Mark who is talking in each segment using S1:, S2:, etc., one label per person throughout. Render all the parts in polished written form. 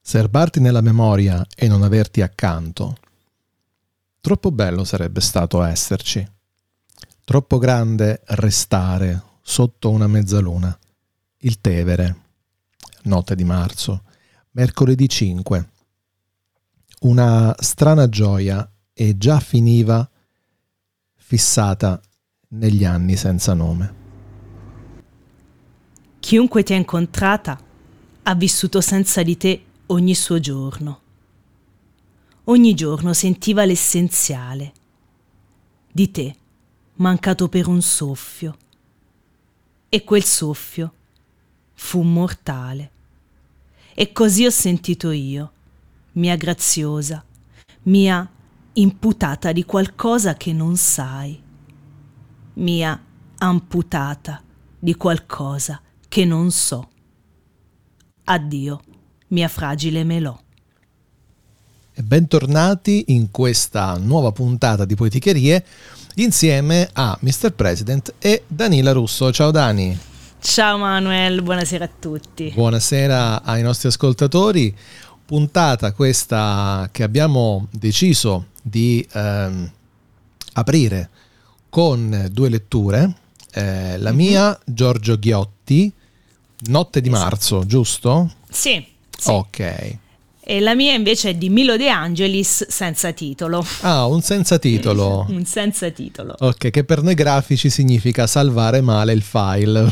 S1: Serbarti nella memoria e non averti accanto. Troppo bello sarebbe stato esserci. Troppo grande restare sotto una mezzaluna. Il Tevere. Notte di marzo. Mercoledì 5. Una strana gioia e già finiva fissata negli anni senza nome.
S2: Chiunque ti ha incontrata ha vissuto senza di te ogni suo giorno. Ogni giorno sentiva l'essenziale. Di te, mancato per un soffio. E quel soffio fu mortale. E così ho sentito io, mia graziosa, mia imputata di qualcosa che non sai, mia amputata di qualcosa che non so. Addio, mia fragile melò.
S1: E bentornati in questa nuova puntata di Poeticherie insieme a Mr. President e Danila Russo. Ciao Dani.
S2: Ciao Manuel, buonasera a tutti.
S1: Buonasera ai nostri ascoltatori. Puntata questa che abbiamo deciso di aprire con due letture. La mia, Giorgio Ghiotti, Notte di marzo, giusto?
S2: Sì.
S1: Ok.
S2: E la mia invece è di Milo De Angelis, senza titolo.
S1: Ah, un senza titolo.
S2: Un senza titolo.
S1: Ok, che per noi grafici significa salvare male il file.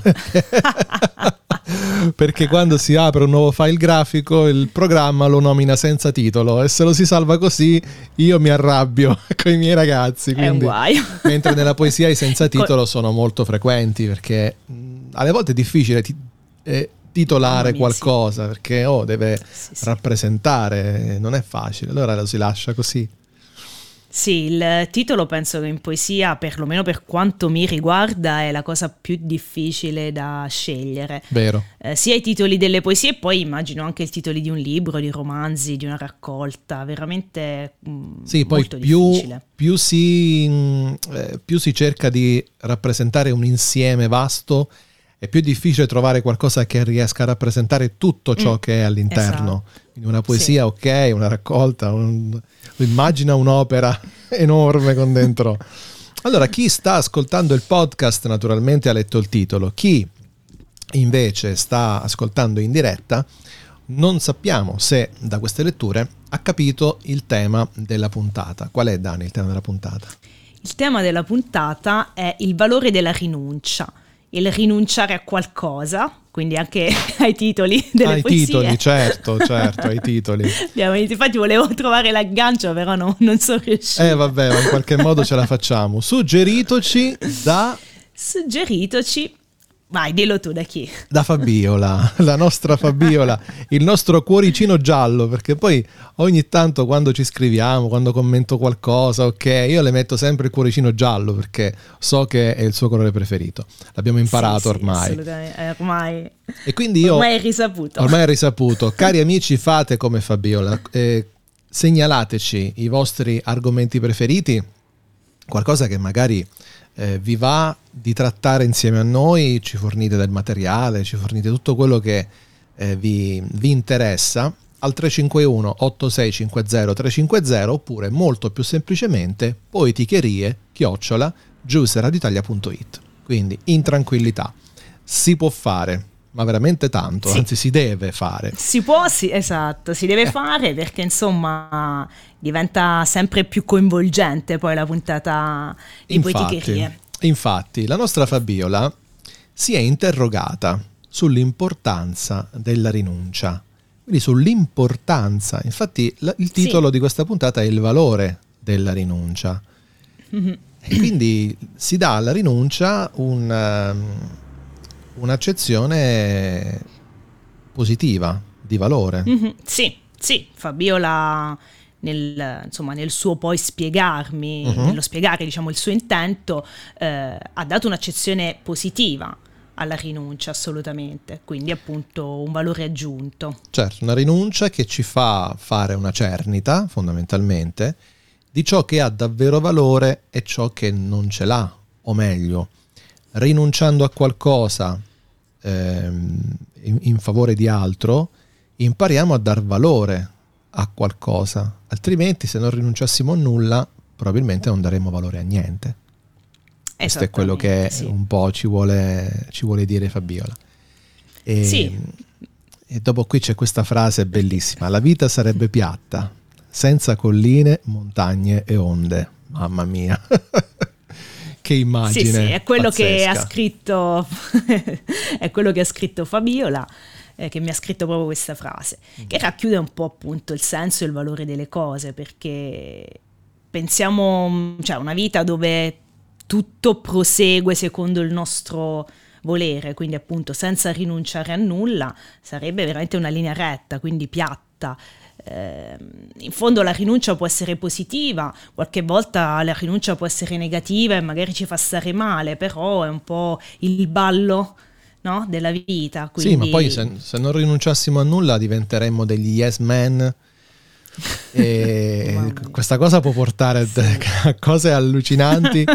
S1: Perché quando si apre un nuovo file grafico il programma lo nomina senza titolo e se lo si salva così io mi arrabbio con i miei ragazzi. Quindi,
S2: è un guaio.
S1: Mentre nella poesia i senza titolo sono molto frequenti perché alle volte è difficile titolare qualcosa, sì. Perché deve rappresentare, non è facile, allora lo si lascia così.
S2: Sì, il titolo penso che in poesia, perlomeno per quanto mi riguarda, è la cosa più difficile da scegliere.
S1: Vero.
S2: Sia i titoli delle poesie e poi immagino anche i titoli di un libro, di romanzi, di una raccolta, veramente
S1: sì, poi
S2: molto difficile.
S1: Più si cerca di rappresentare un insieme vasto, è più difficile trovare qualcosa che riesca a rappresentare tutto ciò che è all'interno.
S2: Esatto.
S1: Quindi una poesia, sì. Ok, una raccolta, immagina un'opera enorme con dentro. Allora, chi sta ascoltando il podcast naturalmente ha letto il titolo. Chi invece sta ascoltando in diretta non sappiamo se da queste letture ha capito il tema della puntata. Qual è, Dani, il tema della puntata?
S2: Il tema della puntata è il valore della rinuncia. Il rinunciare a qualcosa, quindi anche ai titoli delle poesie.
S1: Ai titoli, certo, ai titoli.
S2: Infatti volevo trovare l'aggancio, però non sono riuscita.
S1: Vabbè, ma in qualche modo ce la facciamo. Suggeritoci, vai, dillo tu, da chi? Da Fabiola, la nostra Fabiola, il nostro cuoricino giallo, perché poi ogni tanto quando ci scriviamo, quando commento qualcosa, ok, io le metto sempre il cuoricino giallo perché so che è il suo colore preferito. L'abbiamo imparato ormai.
S2: Assolutamente, ormai.
S1: E quindi
S2: ormai è risaputo.
S1: Ormai è risaputo. Cari amici, fate come Fabiola, segnalateci i vostri argomenti preferiti, qualcosa che magari vi va di trattare insieme a noi, ci fornite del materiale, ci fornite tutto quello che vi interessa al 351 8650 350 oppure molto più semplicemente poeticherie@giusradioitalia.it. Quindi in tranquillità si può fare, ma veramente tanto, sì. Anzi si deve fare.
S2: Si può, sì, esatto, si deve fare perché insomma diventa sempre più coinvolgente poi la puntata di Poeticherie.
S1: Infatti, la nostra Fabiola si è interrogata sull'importanza della rinuncia, quindi sull'importanza, infatti il titolo di questa puntata è il valore della rinuncia. Mm-hmm. E quindi si dà alla rinuncia un'accezione positiva, di valore.
S2: Mm-hmm. Sì, Fabiola nel suo poi spiegarmi, nello spiegare diciamo il suo intento, ha dato un'accezione positiva alla rinuncia assolutamente, quindi appunto un valore aggiunto.
S1: Certo, una rinuncia che ci fa fare una cernita fondamentalmente di ciò che ha davvero valore e ciò che non ce l'ha, o meglio, rinunciando a qualcosa in favore di altro, impariamo a dar valore a qualcosa, altrimenti se non rinunciassimo a nulla probabilmente non daremo valore a niente. Questo è quello che un po' ci vuole dire Fabiola. E dopo qui c'è questa frase bellissima: la vita sarebbe piatta, senza colline, montagne e onde. Mamma mia. Che immagine.
S2: Sì, è quello
S1: pazzesca.
S2: Che ha scritto è quello che ha scritto Fabiola, che mi ha scritto proprio questa frase, che racchiude un po' appunto il senso e il valore delle cose, perché pensiamo, cioè, una vita dove tutto prosegue secondo il nostro volere, quindi appunto senza rinunciare a nulla, sarebbe veramente una linea retta, quindi piatta. In fondo la rinuncia può essere positiva, qualche volta la rinuncia può essere negativa e magari ci fa stare male, però è un po' il ballo, no, della vita. Quindi...
S1: Sì, ma poi se non rinunciassimo a nulla diventeremmo degli yes man. E questa cosa può portare a cose allucinanti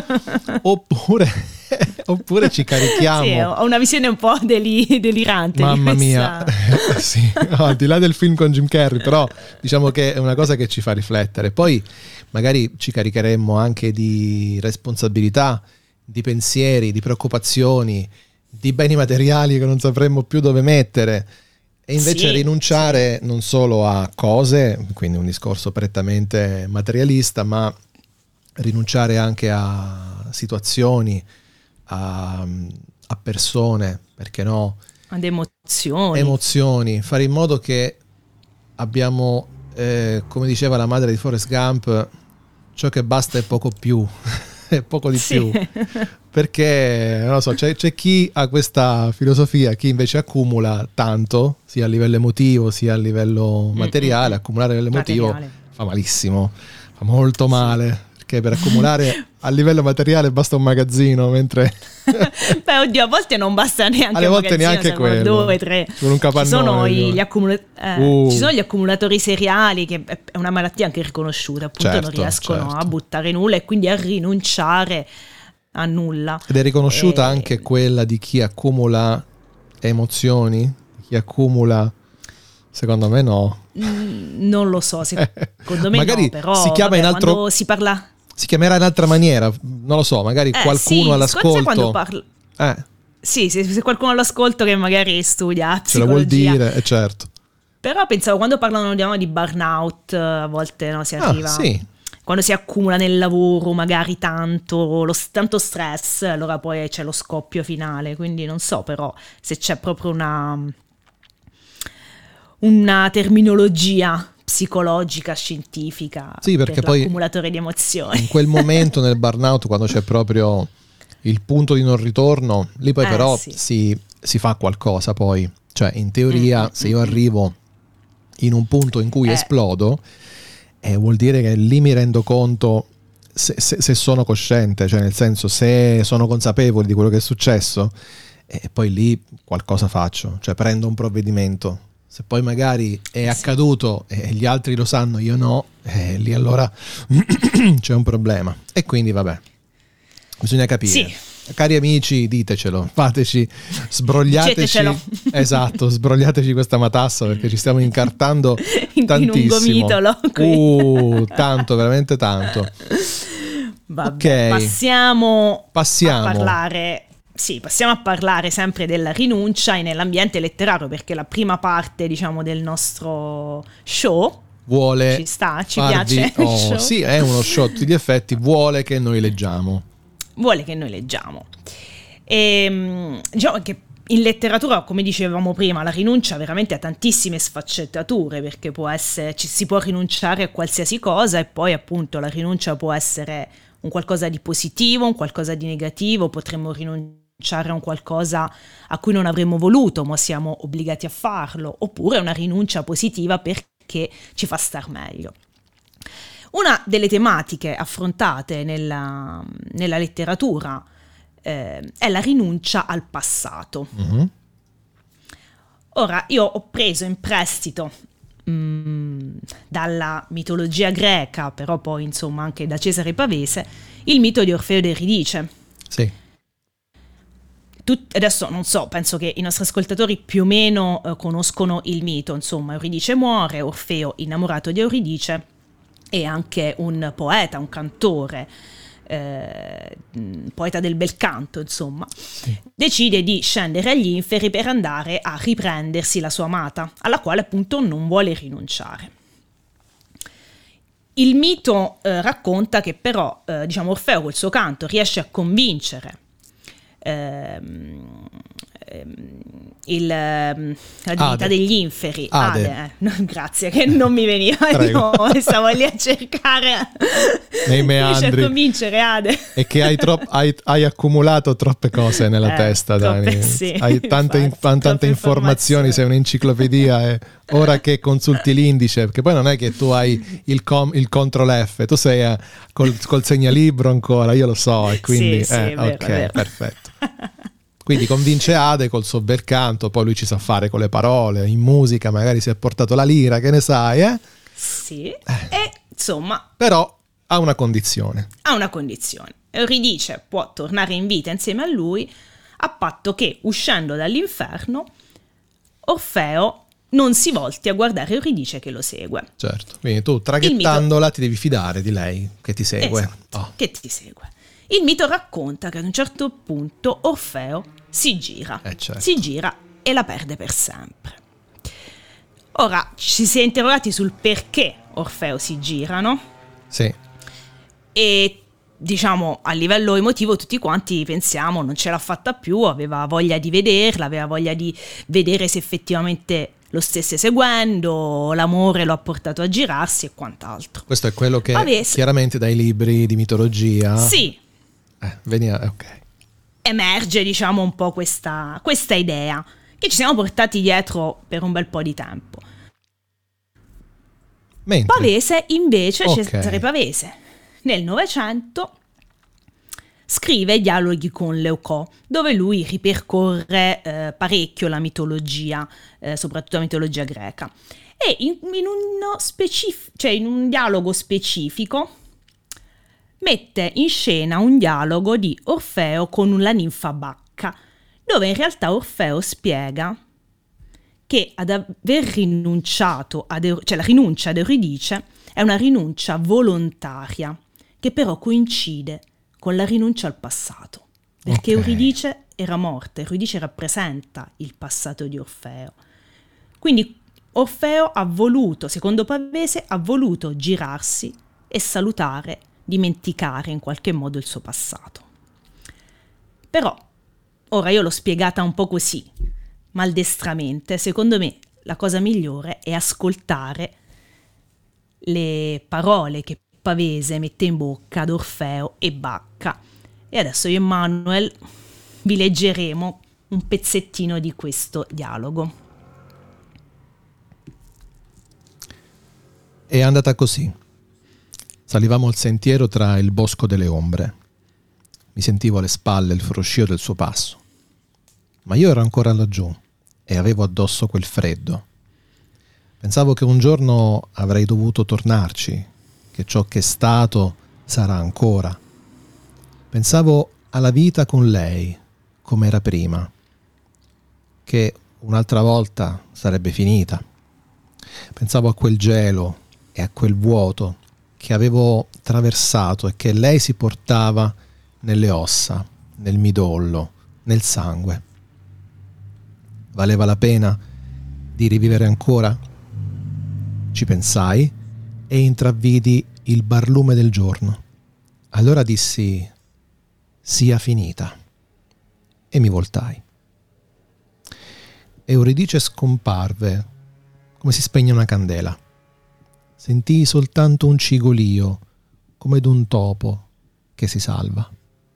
S1: oppure ci carichiamo.
S2: Sì, ho una visione un po' delirante.
S1: Mamma mia. Sì, no, al di là del film con Jim Carrey, però diciamo che è una cosa che ci fa riflettere. Poi magari ci caricheremmo anche di responsabilità, di pensieri, di preoccupazioni, di beni materiali che non sapremmo più dove mettere. E invece rinunciare non solo a cose, quindi un discorso prettamente materialista, ma rinunciare anche a situazioni, a persone, perché no?
S2: Ad emozioni.
S1: Fare in modo che abbiamo, come diceva la madre di Forrest Gump, ciò che basta è poco più, è poco di più. Perché non lo so, c'è chi ha questa filosofia, chi invece accumula tanto, sia a livello emotivo sia a livello materiale. Accumulare a livello emotivo fa malissimo, fa molto male, perché per accumulare a livello materiale basta un magazzino, mentre
S2: beh, oddio, a volte non basta neanche
S1: alle volte neanche quello,
S2: 2, 3.
S1: con un capannone.
S2: Ci sono gli accumulatori seriali, che è una malattia anche riconosciuta, appunto. Non riescono a buttare nulla e quindi a rinunciare a nulla.
S1: Ed è riconosciuta anche quella di chi accumula emozioni, chi accumula, secondo me no.
S2: Non lo so, secondo me
S1: magari
S2: no, però
S1: si chiama in altro,
S2: quando si parla,
S1: si chiamerà in altra maniera, non lo so, magari qualcuno all'ascolto
S2: quando parla... Sì, se qualcuno all'ascolto che magari studia psicologia, ce lo vuol dire,
S1: certo.
S2: Però pensavo, quando parlano di burnout, a volte si arriva... Quando si accumula nel lavoro magari tanto stress, allora poi c'è lo scoppio finale, quindi non so però se c'è proprio una terminologia psicologica, scientifica,
S1: perché
S2: per
S1: poi
S2: l'accumulatore di emozioni.
S1: In quel momento nel burnout, quando c'è proprio il punto di non ritorno, lì poi però si fa qualcosa poi. Cioè in teoria se io arrivo in un punto in cui esplodo, vuol dire che lì mi rendo conto, se sono cosciente, cioè nel senso, se sono consapevole di quello che è successo, e poi lì qualcosa faccio, cioè prendo un provvedimento. Se poi magari è accaduto e gli altri lo sanno, io no, lì allora c'è un problema. E quindi vabbè, bisogna capire. Cari amici, ditecelo, fateci, sbrogliateci, sbrogliateci questa matassa, perché ci stiamo incartando tantissimo.
S2: In un gomitolo.
S1: Tanto, veramente tanto.
S2: Vabbè, passiamo a parlare. Passiamo a parlare sempre della rinuncia e nell'ambiente letterario, perché la prima parte, diciamo, del nostro show
S1: vuole
S2: ci piace.
S1: Sì, è uno show a tutti gli effetti, vuole che noi leggiamo. E diciamo che in letteratura, come dicevamo prima, la rinuncia veramente ha tantissime sfaccettature, perché si può rinunciare a qualsiasi cosa, e poi appunto la rinuncia può essere un qualcosa di positivo, un qualcosa di negativo. Potremmo rinunciare a un qualcosa a cui non avremmo voluto, ma siamo obbligati a farlo, oppure una rinuncia positiva perché ci fa star meglio. Una delle tematiche affrontate nella letteratura è la rinuncia al passato. Ora, io ho preso in prestito dalla mitologia greca, però poi insomma anche da Cesare Pavese, il mito di Orfeo ed Euridice. Sì.
S2: adesso non so, penso che i nostri ascoltatori più o meno conoscono il mito, insomma, Euridice muore, Orfeo, innamorato di Euridice, è anche un poeta, un cantore, poeta del bel canto, insomma, sì. Decide di scendere agli inferi per andare a riprendersi la sua amata, alla quale appunto non vuole rinunciare. Il mito racconta che però Orfeo col suo canto riesce a convincere la divinità degli inferi, Ade. Grazie, che non mi veniva di nuovo, stavo lì a cercare
S1: nei meandri,
S2: riesce a convincere Ade.
S1: E che hai accumulato troppe cose nella testa, Dani.
S2: Sì,
S1: hai tante informazioni, sei un'enciclopedia e ora che consulti l'indice, perché poi non è che tu hai il Ctrl F, tu sei col segnalibro ancora, io lo so, e quindi
S2: sì, è vero,
S1: ok,
S2: è vero.
S1: Perfetto. Quindi convince Ade col suo bel canto, poi lui ci sa fare con le parole, in musica magari si è portato la lira, che ne sai, eh?
S2: Sì, e insomma...
S1: Però ha una condizione.
S2: Euridice può tornare in vita insieme a lui, a patto che, uscendo dall'inferno, Orfeo non si volti a guardare Euridice che lo segue.
S1: Certo, quindi tu traghettandola ti devi fidare di lei che ti segue.
S2: Esatto, che ti segue. Il mito racconta che ad un certo punto Orfeo si gira e la perde per sempre. Ora ci si è interrogati sul perché Orfeo si gira, no?
S1: Sì.
S2: E diciamo a livello emotivo tutti quanti pensiamo non ce l'ha fatta più, aveva voglia di vederla, aveva voglia di vedere se effettivamente lo stesse seguendo, l'amore lo ha portato a girarsi e quant'altro.
S1: Questo è quello che chiaramente dai libri di mitologia...
S2: Sì.
S1: Ok.
S2: Emerge, diciamo, un po' questa idea che ci siamo portati dietro per un bel po' di tempo. Pavese, invece, Cesare Pavese, nel Novecento scrive i dialoghi con Leucò, dove lui ripercorre parecchio la mitologia, soprattutto la mitologia greca. E in un dialogo specifico mette in scena un dialogo di Orfeo con la ninfa Bacca, dove in realtà Orfeo spiega che ad aver rinunciato, la rinuncia ad Euridice è una rinuncia volontaria, che però coincide con la rinuncia al passato, perché Euridice era morta, Euridice rappresenta il passato di Orfeo. Quindi Orfeo ha voluto, secondo Pavese, girarsi e salutare, dimenticare in qualche modo il suo passato. Però, ora io l'ho spiegata un po' così, maldestramente, secondo me la cosa migliore è ascoltare le parole che Pavese mette in bocca ad Orfeo e Bacca. E adesso io e Manuel vi leggeremo un pezzettino di questo dialogo.
S1: È andata così. Salivamo il sentiero tra il bosco delle ombre. Mi sentivo alle spalle il fruscio del suo passo. Ma io ero ancora laggiù e avevo addosso quel freddo. Pensavo che un giorno avrei dovuto tornarci, che ciò che è stato sarà ancora. Pensavo alla vita con lei, come era prima, che un'altra volta sarebbe finita. Pensavo a quel gelo e a quel vuoto che avevo traversato e che lei si portava nelle ossa, nel midollo, nel sangue. Valeva la pena di rivivere ancora? Ci pensai e intravvidi il barlume del giorno. Allora dissi: sia finita. E mi voltai. Euridice scomparve come si spegne una candela. Sentii soltanto un cigolio, come d'un topo che si salva.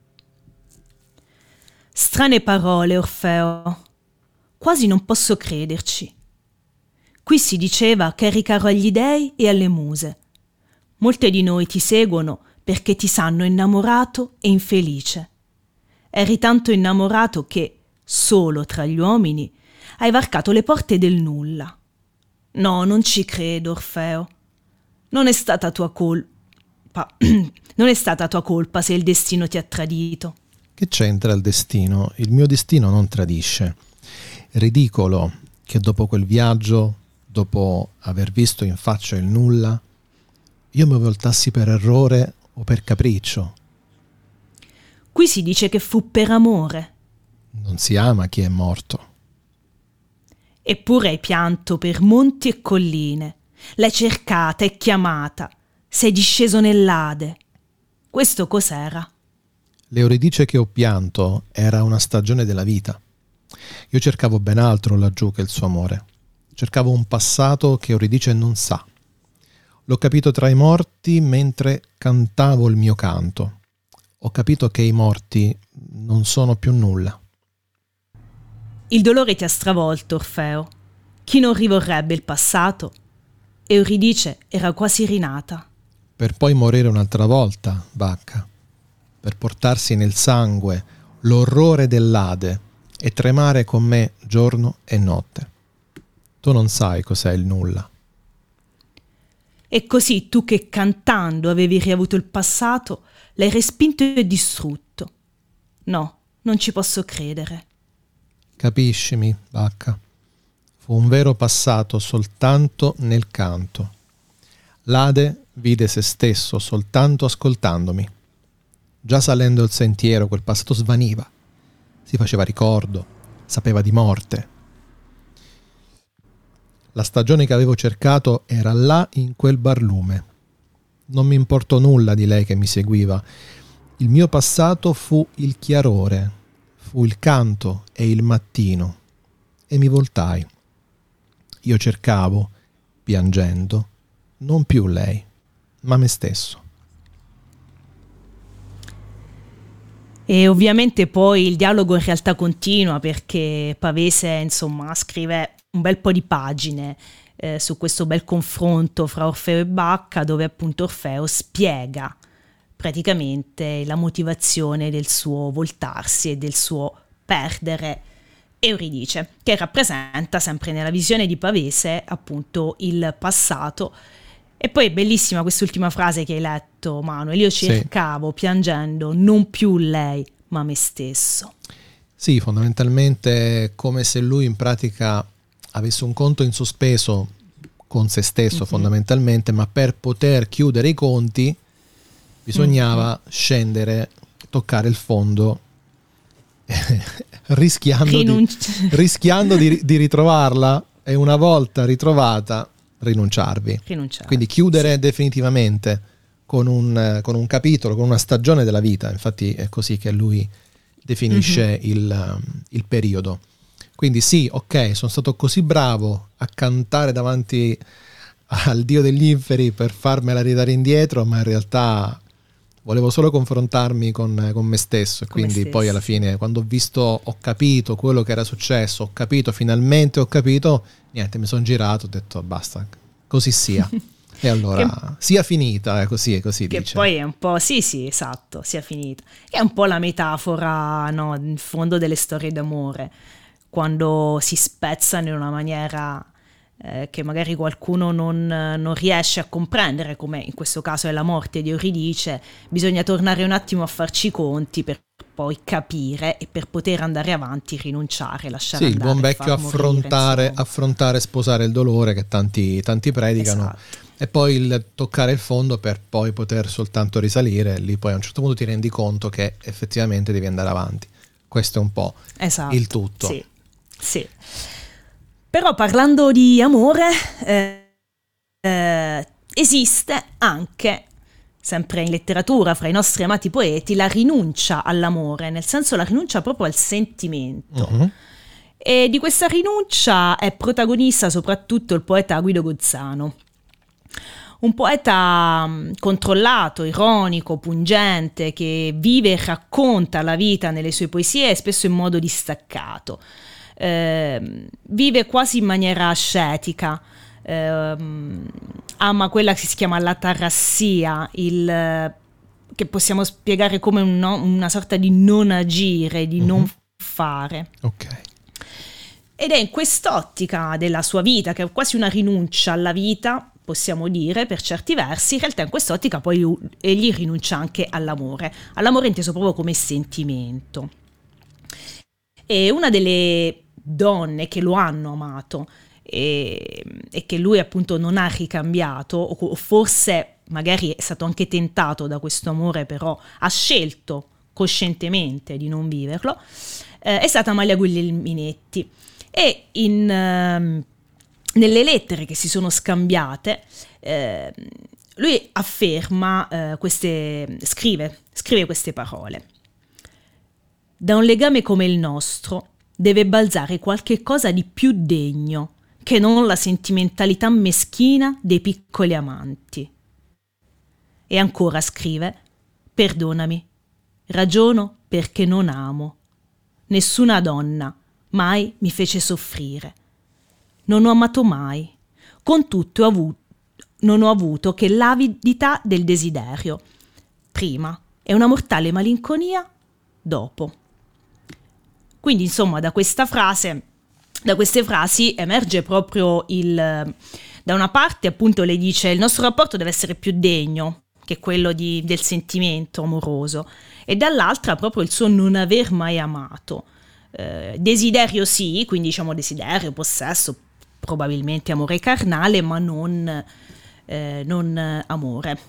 S2: Strane parole, Orfeo. Quasi non posso crederci. Qui si diceva che eri caro agli dei e alle muse. Molte di noi ti seguono perché ti sanno innamorato e infelice. Eri tanto innamorato che, solo tra gli uomini, hai varcato le porte del nulla. No, non ci credo, Orfeo. Non è stata tua colpa se il destino ti ha tradito.
S1: Che c'entra il destino? Il mio destino non tradisce. Ridicolo che dopo quel viaggio, dopo aver visto in faccia il nulla, io mi voltassi per errore o per capriccio.
S2: Qui si dice che fu per amore.
S1: Non si ama chi è morto.
S2: Eppure hai pianto per monti e colline, l'hai cercata e chiamata, sei disceso nell'Ade. Questo cos'era?
S1: L'Euridice che ho pianto era una stagione della vita. Io cercavo ben altro laggiù che il suo amore. Cercavo un passato che Euridice non sa. L'ho capito tra i morti mentre cantavo il mio canto. Ho capito che i morti non sono più nulla.
S2: Il dolore ti ha stravolto, Orfeo. Chi non rivorrebbe il passato? Euridice era quasi rinata.
S1: Per poi morire un'altra volta, Bacca. Per portarsi nel sangue l'orrore dell'Ade e tremare con me giorno e notte. Tu non sai cos'è il nulla.
S2: E così tu che cantando avevi riavuto il passato, l'hai respinto e distrutto. No, non ci posso credere.
S1: Capiscimi, Bacca. Fu un vero passato soltanto nel canto. L'Ade vide se stesso soltanto ascoltandomi. Già salendo il sentiero quel passato svaniva. Si faceva ricordo, sapeva di morte. La stagione che avevo cercato era là in quel barlume. Non mi importò nulla di lei che mi seguiva. Il mio passato fu il chiarore, fu il canto e il mattino. E mi voltai. Io cercavo, piangendo, non più lei, ma me stesso.
S2: E ovviamente poi il dialogo in realtà continua perché Pavese, insomma, scrive un bel po' di pagine su questo bel confronto fra Orfeo e Bacca, dove appunto Orfeo spiega praticamente la motivazione del suo voltarsi e del suo perdere Euridice, che rappresenta sempre nella visione di Pavese appunto il passato. E poi è bellissima quest'ultima frase che hai letto, Manuel. Io cercavo, piangendo, non più lei, ma me stesso.
S1: Sì, fondamentalmente come se lui in pratica avesse un conto in sospeso con se stesso, fondamentalmente, ma per poter chiudere i conti bisognava scendere, toccare il fondo, rischiando di ritrovarla, e una volta ritrovata rinunciarvi. Quindi chiudere definitivamente con un capitolo, con una stagione della vita. Infatti è così che lui definisce il periodo. Quindi sì, ok, sono stato così bravo a cantare davanti al dio degli inferi per farmela ridare indietro, ma in realtà volevo solo confrontarmi con me stesso. E quindi poi alla fine, quando ho capito quello che era successo, finalmente ho capito, niente, mi sono girato, ho detto basta, così sia. E allora sia finita, è così
S2: che
S1: dice.
S2: Poi è un po', sì, esatto, sia finita. È un po' la metafora, no, in fondo delle storie d'amore, quando si spezzano in una maniera che magari qualcuno non riesce a comprendere, come in questo caso è la morte di Euridice. Bisogna tornare un attimo a farci i conti per poi capire e per poter andare avanti, rinunciare, lasciare andare.
S1: Sì, il buon vecchio affrontare, sposare il dolore che tanti predicano. Esatto. E poi il toccare il fondo per poi poter soltanto risalire. Lì poi a un certo punto ti rendi conto che effettivamente devi andare avanti. Questo è un po' il tutto.
S2: Sì. Però parlando di amore, esiste anche, sempre in letteratura, fra i nostri amati poeti, la rinuncia all'amore, nel senso la rinuncia proprio al sentimento. E di questa rinuncia è protagonista soprattutto il poeta Guido Gozzano. Un poeta controllato, ironico, pungente, che vive e racconta la vita nelle sue poesie, spesso in modo distaccato. Vive quasi in maniera ascetica, ama quella che si chiama l'atarassia, che possiamo spiegare come una sorta di non agire, di non fare.
S1: Ok.
S2: Ed è in quest'ottica della sua vita, che è quasi una rinuncia alla vita, possiamo dire, per certi versi. In realtà in quest'ottica poi egli rinuncia anche all'amore inteso proprio come sentimento. E una delle donne che lo hanno amato e che lui appunto non ha ricambiato, o forse magari è stato anche tentato da questo amore, però ha scelto coscientemente di non viverlo, è stata Amalia Guglielminetti. E nelle lettere che si sono scambiate, lui afferma scrive queste parole: da un legame come il nostro deve balzare qualche cosa di più degno che non la sentimentalità meschina dei piccoli amanti. E ancora scrive: perdonami, ragiono perché non amo. Nessuna donna mai mi fece soffrire. Non ho amato mai. Con tutto non ho avuto che l'avidità del desiderio, prima, e una mortale malinconia, dopo. Quindi, insomma, da queste frasi emerge proprio da una parte, appunto, lei dice: il nostro rapporto deve essere più degno che quello del sentimento amoroso, e dall'altra proprio il suo non aver mai amato. Desiderio sì, quindi diciamo desiderio, possesso, probabilmente amore carnale, ma non amore.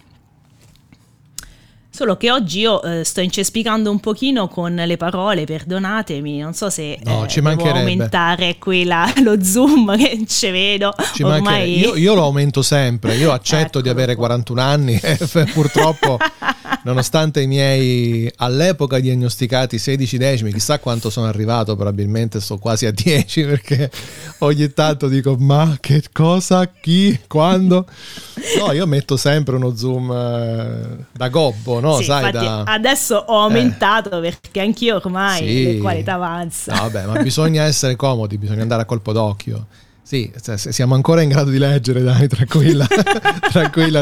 S2: Solo che oggi io sto incespicando un pochino con le parole, perdonatemi, non so se devo aumentare qui lo zoom, che non ci vedo. Ormai...
S1: io lo aumento sempre, io accetto di avere 41 anni e purtroppo nonostante i miei all'epoca diagnosticati 16 decimi, chissà quanto sono arrivato, probabilmente sto quasi a 10, perché ogni tanto dico: ma che cosa, chi, quando? No, io metto sempre uno zoom da gobbo, no?
S2: Sì,
S1: sai,
S2: infatti adesso ho aumentato perché anch'io ormai le qualità avanzano.
S1: No, vabbè, ma bisogna essere comodi, bisogna andare a colpo d'occhio. Sì, siamo ancora in grado di leggere, dai, tranquilla, tranquilla,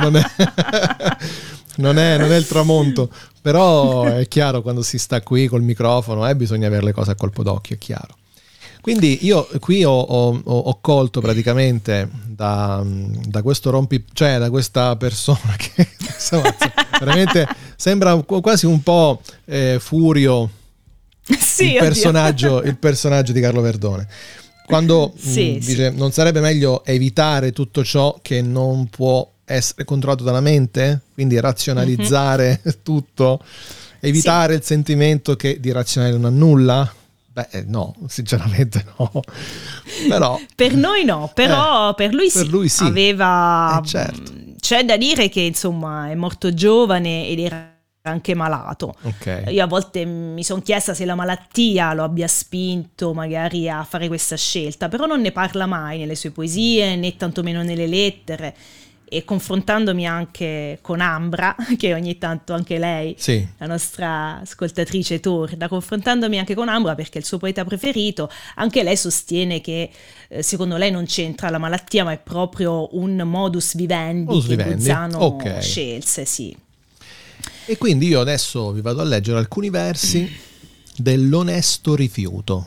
S1: non è il tramonto, però è chiaro, quando si sta qui col microfono bisogna avere le cose a colpo d'occhio, è chiaro. Quindi io qui ho colto praticamente da questo cioè da questa persona che insomma, veramente sembra quasi un po' Furio,
S2: sì,
S1: il personaggio di Carlo Verdone. Quando dice: non sarebbe meglio evitare tutto ciò che non può essere controllato dalla mente? Quindi razionalizzare tutto, evitare il sentimento che di razionale non ha nulla? Beh, no, sinceramente no. Però
S2: per noi no, però per lui
S1: sì.
S2: Aveva
S1: certo.
S2: C'è da dire che insomma è morto giovane ed era anche malato.
S1: Okay.
S2: Io a volte mi sono chiesta se la malattia lo abbia spinto magari a fare questa scelta, però non ne parla mai nelle sue poesie né tantomeno nelle lettere. E confrontandomi anche con Ambra, che ogni tanto anche lei, la nostra ascoltatrice, torna, confrontandomi anche con Ambra perché è il suo poeta preferito, anche lei sostiene che secondo lei non c'entra la malattia, ma è proprio un modus vivendi che Buzzano scelse, sì.
S1: E quindi io adesso vi vado a leggere alcuni versi dell'Onesto rifiuto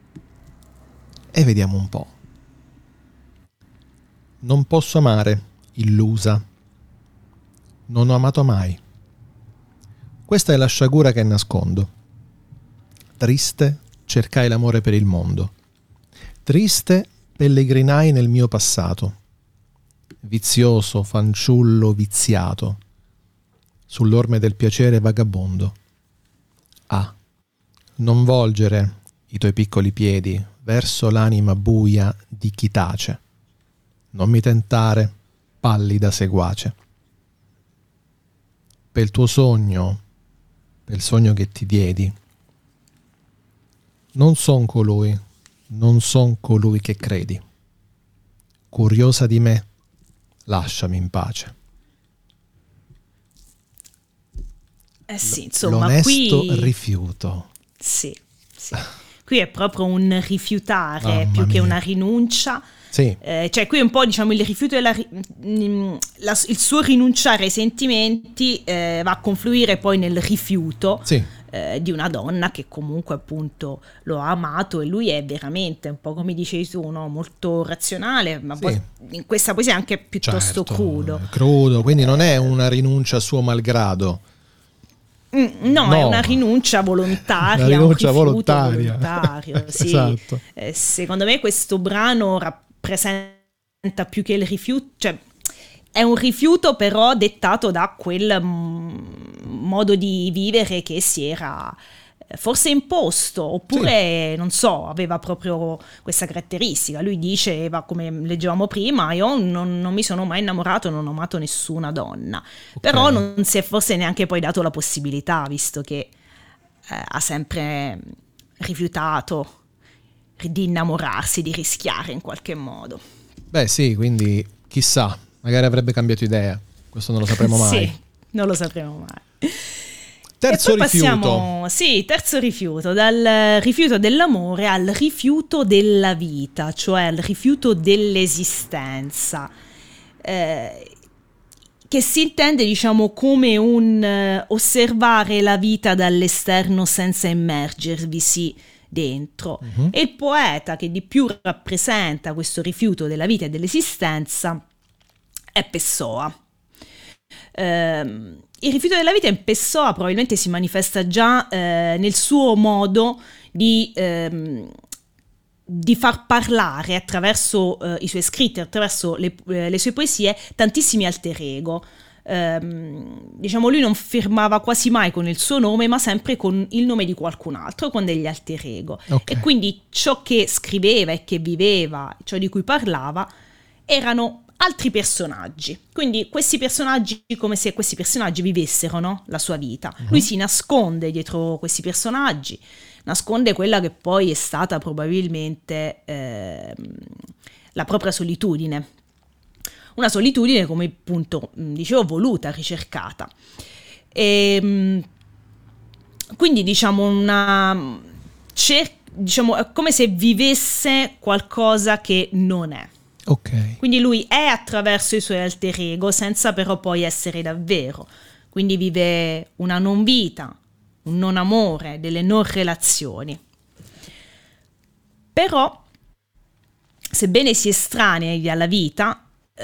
S1: e vediamo un po'. Non posso amare, illusa. Non ho amato mai. Questa è la sciagura che nascondo. Triste cercai l'amore per il mondo. Triste pellegrinai nel mio passato. Vizioso, fanciullo, viziato. Sull'orme del piacere vagabondo. Ah, non volgere i tuoi piccoli piedi verso l'anima buia di chi tace. Non mi tentare, pallida seguace. Per il tuo sogno, per il sogno che ti diedi, non son colui che credi. Curiosa di me, lasciami in pace.
S2: Sì, insomma,
S1: l'onesto rifiuto.
S2: Sì. Qui è proprio un rifiutare più che una rinuncia.
S1: Sì.
S2: Cioè qui un po' diciamo il rifiuto e il suo rinunciare ai sentimenti va a confluire poi nel rifiuto, di una donna che comunque appunto lo ha amato, e lui è veramente un po', come dicevi tu, no? Molto razionale, ma poi in questa poesia è anche piuttosto
S1: crudo, quindi non è una rinuncia a suo malgrado.
S2: No, è una rinuncia volontaria,
S1: una rinuncia
S2: un rifiuto
S1: volontario,
S2: sì.
S1: Esatto.
S2: Secondo me questo brano rappresenta più che il rifiuto, cioè è un rifiuto però dettato da quel modo di vivere che si era forse imposto, oppure non so, aveva proprio questa caratteristica. Lui diceva, come leggevamo prima, io non mi sono mai innamorato, non ho amato nessuna donna, però non si è forse neanche poi dato la possibilità, visto che ha sempre rifiutato di innamorarsi, di rischiare in qualche modo.
S1: Beh sì, quindi chissà, magari avrebbe cambiato idea, questo non lo sapremo mai.
S2: Sì, non lo sapremo mai.
S1: Terzo
S2: rifiuto. Terzo rifiuto, dal rifiuto dell'amore al rifiuto della vita, cioè al rifiuto dell'esistenza, che si intende, diciamo, come un osservare la vita dall'esterno senza immergervisi dentro. E il poeta che di più rappresenta questo rifiuto della vita e dell'esistenza è Pessoa. Il rifiuto della vita in Pessoa probabilmente si manifesta già nel suo modo di far parlare attraverso i suoi scritti, attraverso le sue poesie, tantissimi alter ego. Diciamo, lui non firmava quasi mai con il suo nome, ma sempre con il nome di qualcun altro, con degli alter ego. E quindi ciò che scriveva e che viveva, ciò di cui parlava, erano altri personaggi. Quindi questi personaggi, come se questi personaggi vivessero, no? La sua vita. Lui si nasconde dietro questi personaggi, nasconde quella che poi è stata probabilmente la propria solitudine. Una solitudine, come appunto dicevo, voluta, ricercata. E quindi diciamo diciamo è come se vivesse qualcosa che non è. Quindi lui è attraverso i suoi alter ego, senza però poi essere davvero. Quindi vive una non vita, un non amore, delle non relazioni. Però, sebbene si estranei alla vita,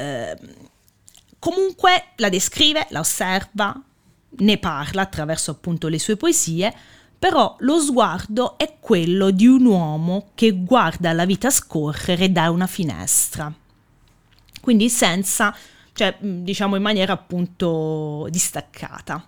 S2: comunque la descrive, la osserva, ne parla attraverso appunto le sue poesie, però lo sguardo è quello di un uomo che guarda la vita scorrere da una finestra, quindi senza, cioè diciamo in maniera appunto distaccata.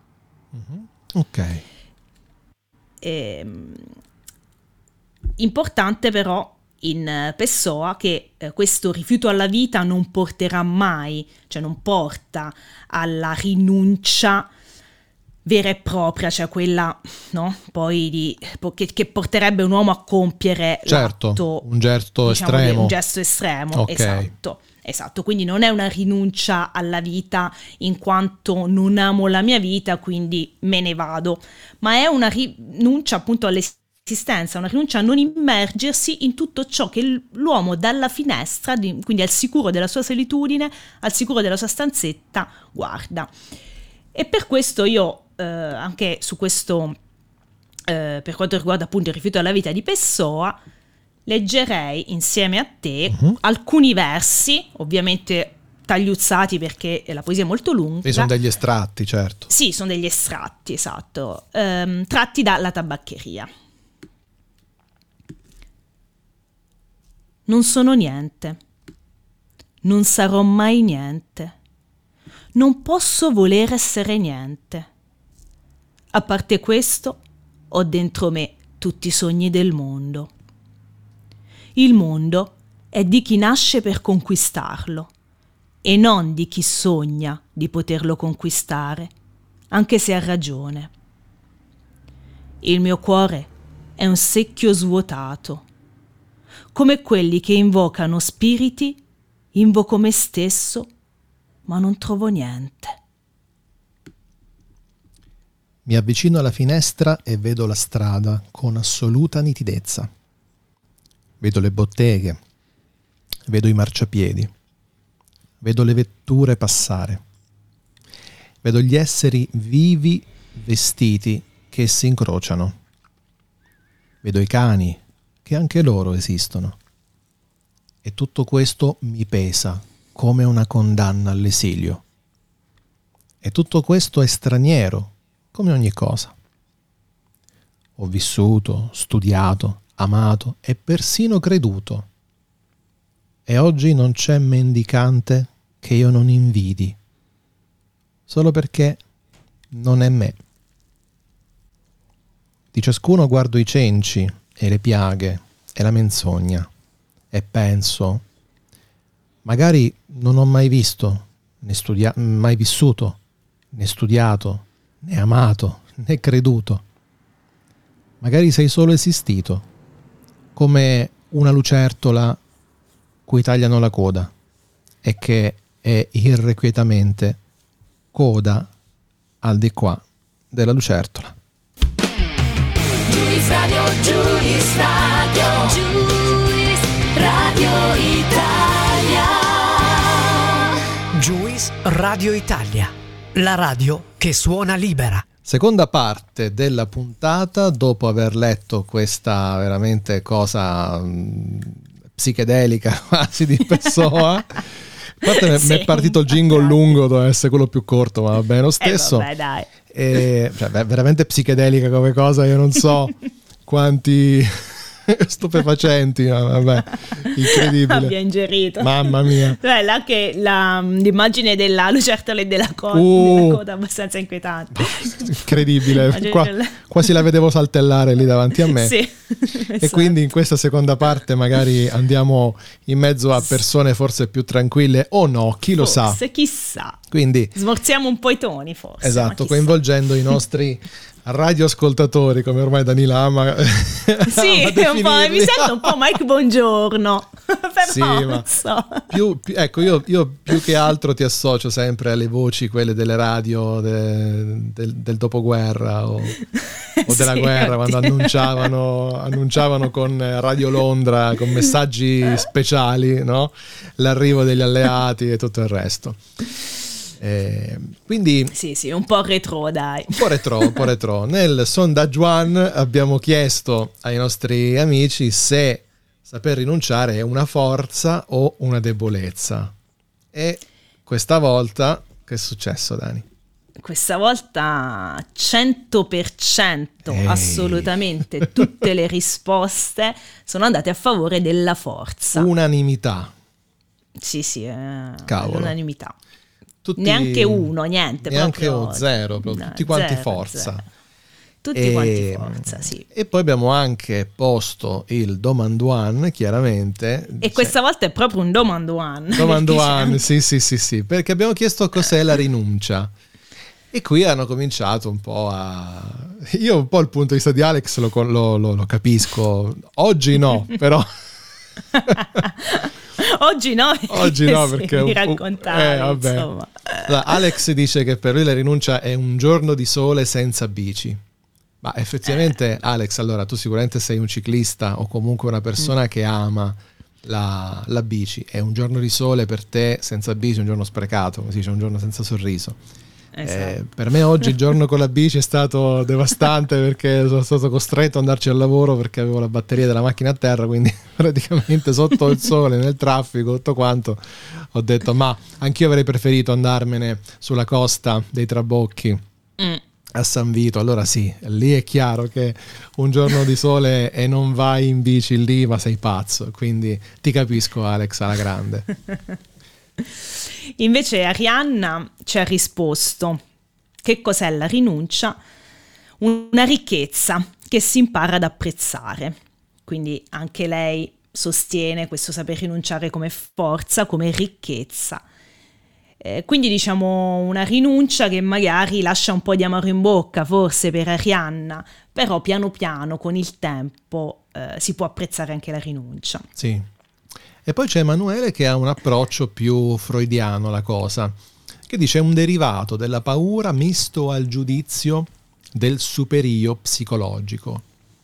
S2: Importante però in Pessoa che questo rifiuto alla vita non porterà mai, cioè non porta alla rinuncia vera e propria, cioè quella, no? Poi che porterebbe un uomo a compiere l'atto,
S1: un gesto
S2: diciamo,
S1: estremo.
S2: Un gesto estremo, esatto. Quindi non è una rinuncia alla vita in quanto non amo la mia vita, quindi me ne vado, ma è una rinuncia appunto all'esistenza, una rinuncia a non immergersi in tutto ciò che l'uomo dalla finestra, quindi al sicuro della sua solitudine, al sicuro della sua stanzetta, guarda. E per questo io anche su questo, per quanto riguarda appunto il rifiuto alla vita di Pessoa, leggerei insieme a te alcuni versi, ovviamente tagliuzzati perché la poesia è molto lunga.
S1: E sono degli estratti, certo.
S2: Sì, sono degli estratti, esatto, tratti dalla tabaccheria. Non sono niente, non sarò mai niente, non posso voler essere niente. A parte questo, ho dentro me tutti i sogni del mondo. Il mondo è di chi nasce per conquistarlo e non di chi sogna di poterlo conquistare, anche se ha ragione. Il mio cuore è un secchio svuotato. Come quelli che invocano spiriti, invoco me stesso, ma non trovo niente.
S1: Mi avvicino alla finestra e vedo la strada con assoluta nitidezza. Vedo le botteghe, vedo i marciapiedi, vedo le vetture passare, vedo gli esseri vivi vestiti che si incrociano. Vedo i cani, che anche loro esistono. E tutto questo mi pesa come una condanna all'esilio. E tutto questo è straniero, come ogni cosa. Ho vissuto, studiato, amato e persino creduto. E oggi non c'è mendicante che io non invidi, solo perché non è me. Di ciascuno guardo i cenci e le piaghe e la menzogna e penso, magari non ho mai visto, mai vissuto, né studiato, né amato, né creduto. Magari sei solo esistito, come una lucertola cui tagliano la coda e che è irrequietamente coda al di qua della lucertola.
S3: Juice Radio, Juice Radio, Juice Radio Italia.
S4: Juice Radio Italia, la radio che suona libera.
S1: Seconda parte della puntata, dopo aver letto questa veramente cosa psichedelica quasi di Pessoa. A parte mi è partito il jingle lungo, doveva essere quello più corto, ma va bene lo stesso.
S2: Vabbè, dai.
S1: Cioè, veramente psicedelica come cosa, io non so quanti stupefacenti, no, vabbè, incredibile.
S2: Abbia ingerito.
S1: Mamma mia.
S2: Anche l'immagine della lucertola e della coda abbastanza inquietante.
S1: Incredibile. Quasi la vedevo saltellare lì davanti a me.
S2: Sì.
S1: E quindi in questa seconda parte magari andiamo in mezzo a persone forse più tranquille o no, chi lo sa.
S2: Forse, chissà.
S1: Quindi
S2: smorziamo un po' i toni, forse.
S1: esatto, coinvolgendo i nostri radioascoltatori, come ormai Danila ama.
S2: Sì, mi sento un po' Mike Bongiorno. Però
S1: sì,
S2: non so.
S1: Ecco, io più che altro ti associo sempre alle voci, quelle delle radio del dopoguerra o della
S2: Sì,
S1: guerra, quando annunciavano con Radio Londra, con messaggi speciali, no? L'arrivo degli alleati e tutto il resto. Quindi
S2: sì, un po' retro, dai.
S1: un po' retro. Nel sondaggio one abbiamo chiesto ai nostri amici se saper rinunciare è una forza o una debolezza. E questa volta che è successo, Dani?
S2: Questa volta 100% assolutamente tutte le risposte sono andate a favore della forza.
S1: Unanimità.
S2: Sì,
S1: Cavolo.
S2: l'unanimità.
S1: Tutti,
S2: neanche uno, niente,
S1: neanche
S2: proprio
S1: zero, proprio,
S2: no,
S1: tutti quanti
S2: zero,
S1: forza.
S2: zero. Tutti quanti forza, sì.
S1: E poi abbiamo anche posto il domanduan, chiaramente.
S2: E questa volta è proprio un domanduan.
S1: Domanduan, sì, perché abbiamo chiesto cos'è la rinuncia. E qui hanno cominciato un po' a... Io un po' il punto di vista di Alex lo capisco. Oggi no, però...
S2: Oggi no perché mi raccontare, insomma.
S1: Alex dice che per lui la rinuncia è un giorno di sole senza bici. Ma effettivamente Alex, allora tu sicuramente sei un ciclista o comunque una persona che ama la bici. È un giorno di sole per te senza bici, un giorno sprecato, così c'è un giorno senza sorriso.
S2: Esatto.
S1: Per me oggi il giorno con la bici è stato devastante perché sono stato costretto ad andarci al lavoro perché avevo la batteria della macchina a terra, quindi praticamente sotto il sole, nel traffico, tutto quanto, ho detto ma anch'io avrei preferito andarmene sulla costa dei Trabocchi a San Vito. Allora sì, lì è chiaro che un giorno di sole e non vai in bici lì, ma sei pazzo, quindi ti capisco Alex alla grande.
S2: Invece Arianna ci ha risposto: che cos'è la rinuncia? Una ricchezza che si impara ad apprezzare. Quindi anche lei sostiene questo saper rinunciare come forza, come ricchezza. Quindi diciamo una rinuncia che magari lascia un po' di amaro in bocca forse per Arianna, però piano piano con il tempo si può apprezzare anche la rinuncia.
S1: Sì. E poi c'è Emanuele che ha un approccio più freudiano alla cosa, che dice è un derivato della paura misto al giudizio del superio psicologico.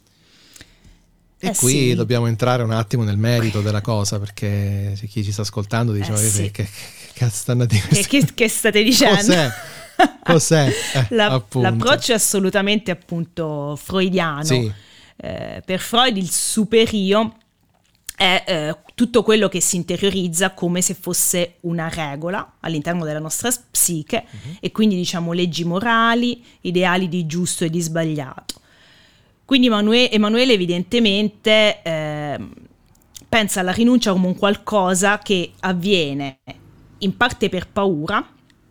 S1: E qui
S2: sì,
S1: dobbiamo entrare un attimo nel merito della cosa, perché chi ci sta ascoltando dice
S2: sì.
S1: che cazzo stanno a dire?
S2: Che state dicendo?
S1: Cos'è Cos'è? Appunto.
S2: L'approccio è assolutamente appunto freudiano.
S1: Sì.
S2: Per Freud il superio è tutto quello che si interiorizza come se fosse una regola all'interno della nostra psiche, e quindi diciamo leggi morali, ideali di giusto e di sbagliato. Quindi Emanuele evidentemente pensa alla rinuncia come un qualcosa che avviene in parte per paura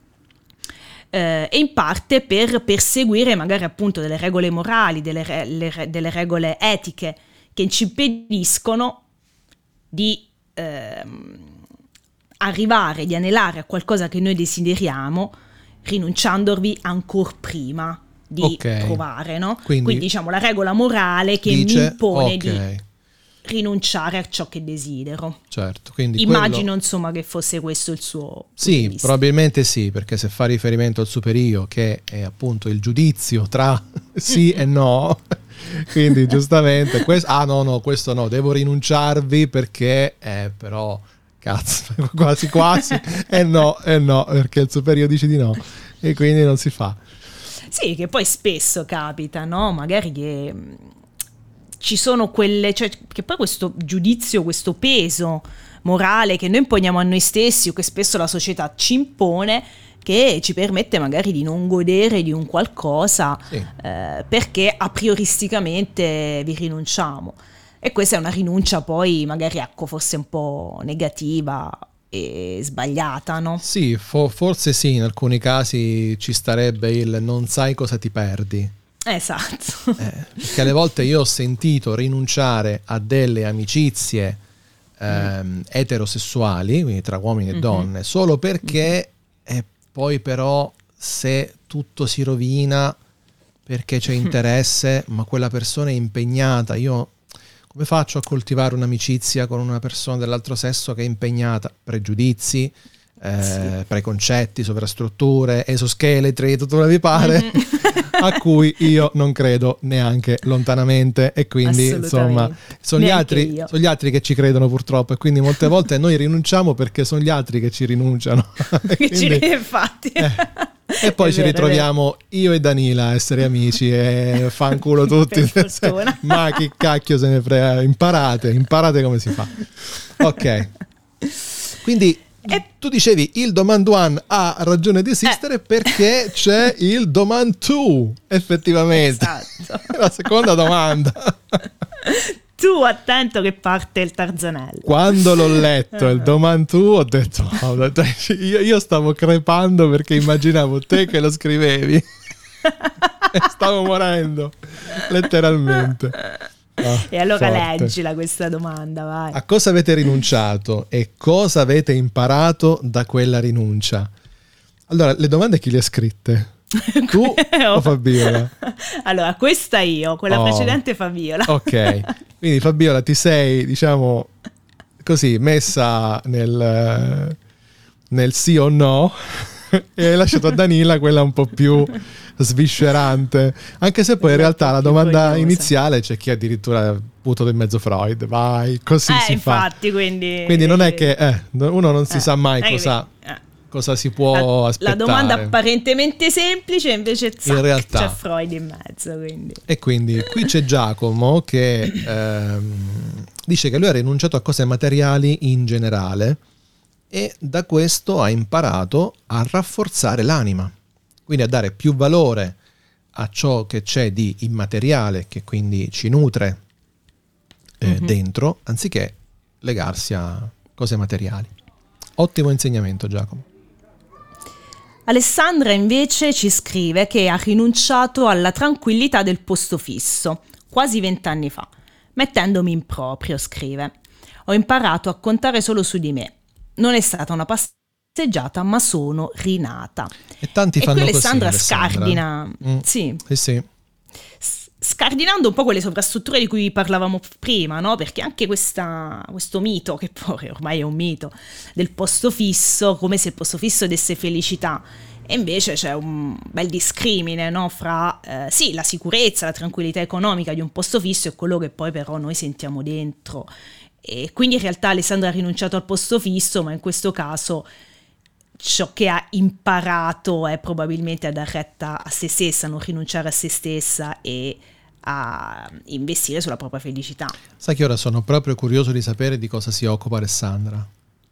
S2: e in parte per perseguire magari appunto delle regole morali, delle regole etiche che ci impediscono di arrivare, di anelare a qualcosa che noi desideriamo, rinunciandovi ancor prima di provare, no? Quindi diciamo la regola morale che mi impone di rinunciare a ciò che desidero.
S1: Certo, quindi
S2: immagino insomma che fosse questo il suo
S1: sì, probabilmente sì, perché se fa riferimento al superio, che è appunto il giudizio tra sì e no, quindi giustamente questo no, devo rinunciarvi perché però cazzo, quasi no, perché il superio dice di no e quindi non si fa.
S2: Sì, che poi spesso capita, no? Magari che ci sono quelle, cioè che poi questo giudizio, questo peso morale che noi imponiamo a noi stessi o che spesso la società ci impone, che ci permette magari di non godere di un qualcosa perché a prioristicamente vi rinunciamo. E questa è una rinuncia poi magari forse un po' negativa e sbagliata, no?
S1: Sì, forse sì, in alcuni casi ci starebbe il non sai cosa ti perdi.
S2: Esatto.
S1: Perché alle volte io ho sentito rinunciare a delle amicizie eterosessuali, quindi tra uomini e donne, solo perché poi però se tutto si rovina perché c'è interesse, ma quella persona è impegnata, io come faccio a coltivare un'amicizia con una persona dell'altro sesso che è impegnata? Pregiudizi, preconcetti, sovrastrutture, esoscheletri, tutto quello che vi pare, a cui io non credo neanche lontanamente, e quindi insomma sono gli altri che ci credono purtroppo, e quindi molte volte noi rinunciamo perché sono gli altri che ci rinunciano.
S2: Infatti.
S1: E poi ci ritroviamo io e Danila a essere amici e fanculo tutti. Ma che cacchio se ne frega, imparate come si fa. Ok, quindi tu dicevi il demand one ha ragione di esistere perché c'è il demand two, effettivamente.
S2: Esatto.
S1: La seconda domanda.
S2: Tu attento che parte il Tarzanello.
S1: Quando l'ho letto il demand two ho detto io stavo crepando perché immaginavo te che lo scrivevi e stavo morendo letteralmente.
S2: E allora
S1: forte.
S2: leggila questa domanda, vai.
S1: A cosa avete rinunciato e cosa avete imparato da quella rinuncia? Allora, le domande chi le ha scritte? Tu o Fabiola?
S2: Allora, questa io, quella precedente Fabiola.
S1: Ok, quindi Fabiola ti sei, diciamo così, messa nel sì o no e hai lasciato a Danila quella un po' più sviscerante, anche se poi in realtà la domanda iniziale c'è chi addirittura puto del mezzo Freud, vai, così si
S2: infatti,
S1: fa.
S2: Quindi
S1: non è che uno non si sa mai cosa si può aspettare.
S2: La domanda apparentemente semplice invece
S1: in realtà
S2: c'è Freud in mezzo, quindi.
S1: E quindi qui c'è Giacomo che dice che lui ha rinunciato a cose materiali in generale e da questo ha imparato a rafforzare l'anima, quindi a dare più valore a ciò che c'è di immateriale, che quindi ci nutre dentro, anziché legarsi a cose materiali. Ottimo insegnamento, Giacomo.
S2: Alessandra invece ci scrive che ha rinunciato alla tranquillità del posto fisso quasi 20 anni fa, mettendomi in proprio, scrive. Ho imparato a contare solo su di me. Non è stata una passeggiata, ma sono rinata.
S1: E tanti fanno così.
S2: Alessandra scardina. Sì. Scardinando un po' quelle sovrastrutture di cui parlavamo prima, no? Perché anche questo mito, che poi ormai è un mito, del posto fisso, come se il posto fisso desse felicità. E invece c'è un bel discrimine, no? Fra la sicurezza, la tranquillità economica di un posto fisso e quello che poi però noi sentiamo dentro. E quindi in realtà Alessandra ha rinunciato al posto fisso, ma in questo caso ciò che ha imparato è probabilmente a dar retta a se stessa, non rinunciare a se stessa e a investire sulla propria felicità.
S1: Sai che ora sono proprio curioso di sapere di cosa si occupa Alessandra.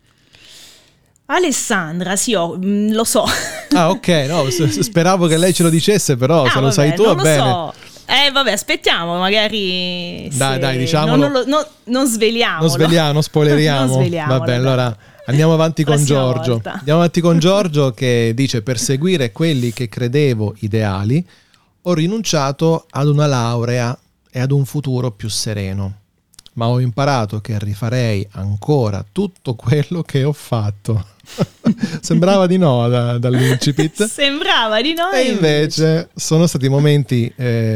S2: Alessandra, sì, lo so.
S1: Ah, ok, no, speravo che lei ce lo dicesse, però se lo sai tu va bene.
S2: So. Vabbè, aspettiamo, magari.
S1: Dai, diciamolo.
S2: Non sveliamo.
S1: Non spoileriamo. Vabbè, allora andiamo avanti con Giorgio.
S2: Volta.
S1: Andiamo avanti con Giorgio che dice: per seguire quelli che credevo ideali, ho rinunciato ad una laurea e ad un futuro più sereno. Ma ho imparato che rifarei ancora tutto quello che ho fatto. Sembrava di no dall'incipit.
S2: Sembrava di no.
S1: E invece sono stati momenti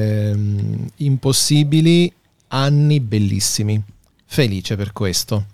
S1: impossibili, anni bellissimi. Felice per questo.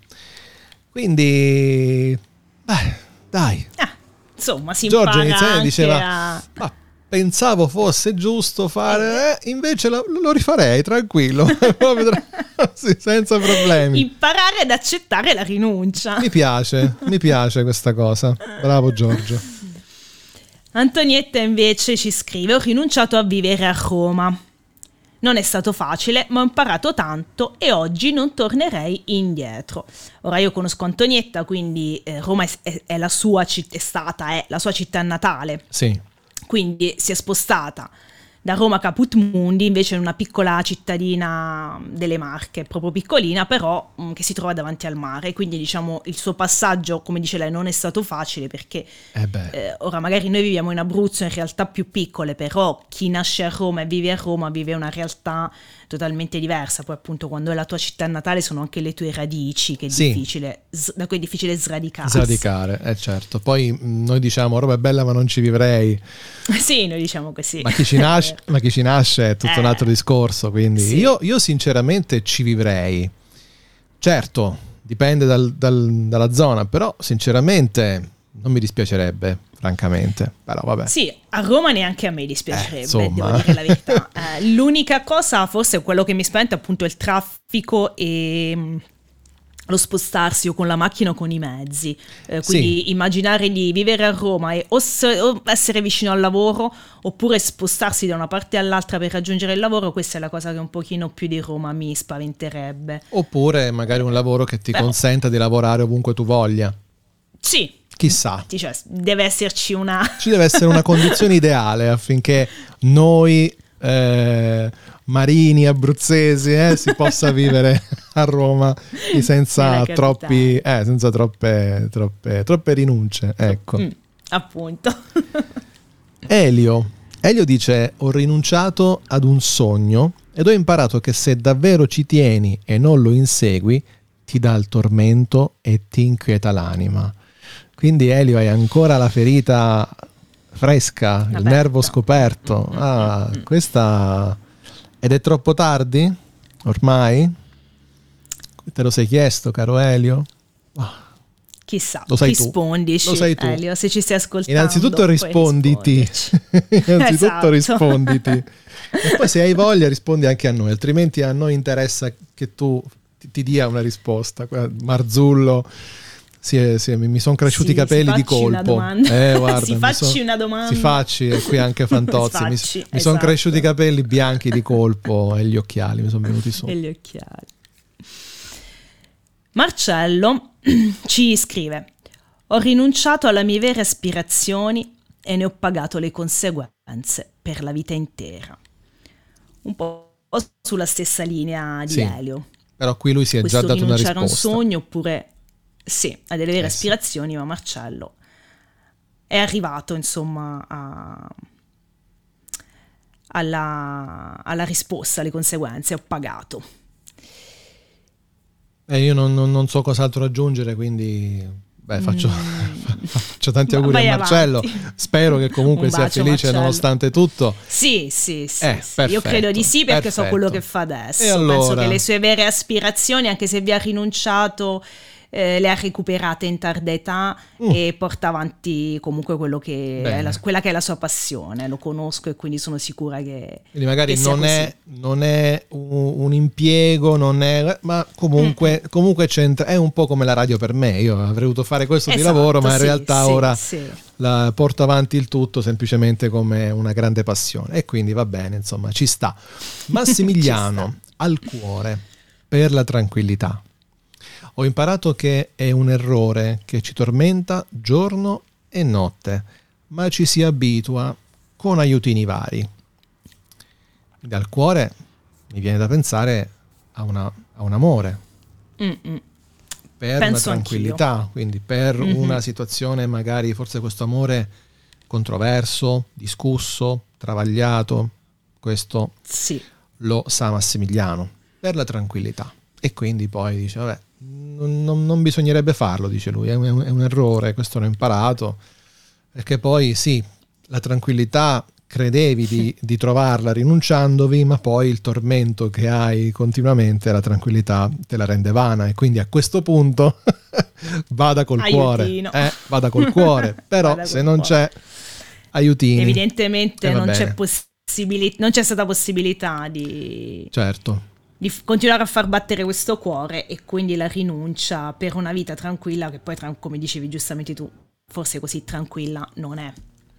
S1: Quindi, dai.
S2: Insomma, si
S1: Giorgio
S2: impara
S1: inizialmente
S2: anche
S1: diceva ma pensavo fosse giusto fare, invece lo rifarei tranquillo. Sì, senza problemi.
S2: Imparare ad accettare la rinuncia.
S1: Mi piace questa cosa. Bravo Giorgio.
S2: Antonietta invece ci scrive: ho rinunciato a vivere a Roma. Non è stato facile, ma ho imparato tanto e oggi non tornerei indietro. Ora io conosco Antonietta, quindi Roma è la sua la sua città natale.
S1: Sì.
S2: Quindi si è spostata da Roma Caput Mundi invece in una piccola cittadina delle Marche, proprio piccolina, però che si trova davanti al mare. Quindi diciamo il suo passaggio, come dice lei, non è stato facile perché ora magari noi viviamo in Abruzzo, in realtà più piccole, però chi nasce a Roma e vive a Roma vive una realtà totalmente diversa. Poi appunto quando è la tua città natale sono anche le tue radici che è difficile, da cui è difficile sradicare,
S1: certo. Poi noi diciamo Roma è bella ma non ci vivrei.
S2: Sì, noi diciamo così.
S1: Ma chi ci nasce è tutto un altro discorso, quindi sì. io sinceramente ci vivrei. Certo, dipende dalla zona, però sinceramente non mi dispiacerebbe, francamente. Però vabbè.
S2: Sì, a Roma neanche a me dispiacerebbe, devo dire la verità. L'unica cosa forse quello che mi spaventa è appunto il traffico e lo spostarsi o con la macchina o con i mezzi, quindi immaginare di vivere a Roma e o essere vicino al lavoro oppure spostarsi da una parte all'altra per raggiungere il lavoro, questa è la cosa che un pochino più di Roma mi spaventerebbe.
S1: Oppure magari un lavoro che ti consenta di lavorare ovunque tu voglia.
S2: Sì.
S1: Chissà.
S2: Cioè, deve esserci
S1: ci deve essere una condizione ideale affinché noi marini abruzzesi si possa vivere a Roma senza troppe rinunce, ecco.
S2: Appunto.
S1: Elio dice: ho rinunciato ad un sogno ed ho imparato che se davvero ci tieni e non lo insegui ti dà il tormento e ti inquieta l'anima. Quindi Elio, hai ancora la ferita fresca, il nervo scoperto. Questa... Ed è troppo tardi? Ormai? Te lo sei chiesto, caro Elio?
S2: Chissà,
S1: lo sai
S2: rispondici,
S1: lo sai tu.
S2: Elio, se ci stai ascoltando.
S1: Innanzitutto risponditi. Risponditi. E poi se hai voglia rispondi anche a noi, altrimenti a noi interessa che tu ti dia una risposta. Marzullo... mi sono cresciuti i capelli di colpo. Guarda,
S2: si facci una domanda.
S1: Si facci, e qui anche Fantozzi. Mi sono cresciuti i capelli bianchi di colpo e gli occhiali mi sono venuti su.
S2: E gli occhiali. Marcello ci scrive: ho rinunciato alle mie vere aspirazioni e ne ho pagato le conseguenze per la vita intera. Un po' sulla stessa linea di Elio.
S1: Però qui lui si è già dato una risposta.
S2: Rinunciare a un sogno oppure ha delle vere aspirazioni, ma Marcello è arrivato insomma alla risposta, alle conseguenze. Ho pagato. Io
S1: non so cos'altro aggiungere, quindi faccio tanti auguri a Marcello. Avanti. Spero che comunque sia felice, Marcello, nonostante tutto.
S2: Sì. Io credo di sì, perché so quello che fa adesso.
S1: E allora...
S2: Penso che le sue vere aspirazioni, anche se vi ha rinunciato, le ha recuperate in tarda età e porta avanti comunque quello che è quella che è la sua passione. Lo conosco e quindi sono sicura che
S1: quindi magari
S2: che
S1: non è un impiego, ma comunque c'entra, è un po' come la radio per me. Io avrei dovuto fare questo di lavoro, ma in realtà ora la porto avanti il tutto semplicemente come una grande passione, e quindi va bene, insomma, ci sta. Massimiliano al cuore per la tranquillità. Ho imparato che è un errore che ci tormenta giorno e notte, ma ci si abitua con aiutini vari. Quindi al cuore mi viene da pensare a un amore. Per
S2: Penso
S1: una tranquillità,
S2: anch'io.
S1: quindi per una situazione magari forse questo amore controverso, discusso, travagliato, questo lo sa Massimiliano, per la tranquillità. E quindi poi dice, vabbè, non bisognerebbe farlo, dice lui, è un errore, questo l'ho imparato, perché poi sì, la tranquillità credevi di trovarla rinunciandovi, ma poi il tormento che hai continuamente, la tranquillità te la rende vana, e quindi a questo punto vada col
S2: Aiutino.
S1: cuore, vada col cuore, però se non c'è aiutini,
S2: evidentemente non c'è stata possibilità di continuare a far battere questo cuore, e quindi la rinuncia per una vita tranquilla, che poi come dicevi giustamente tu, forse così tranquilla non è.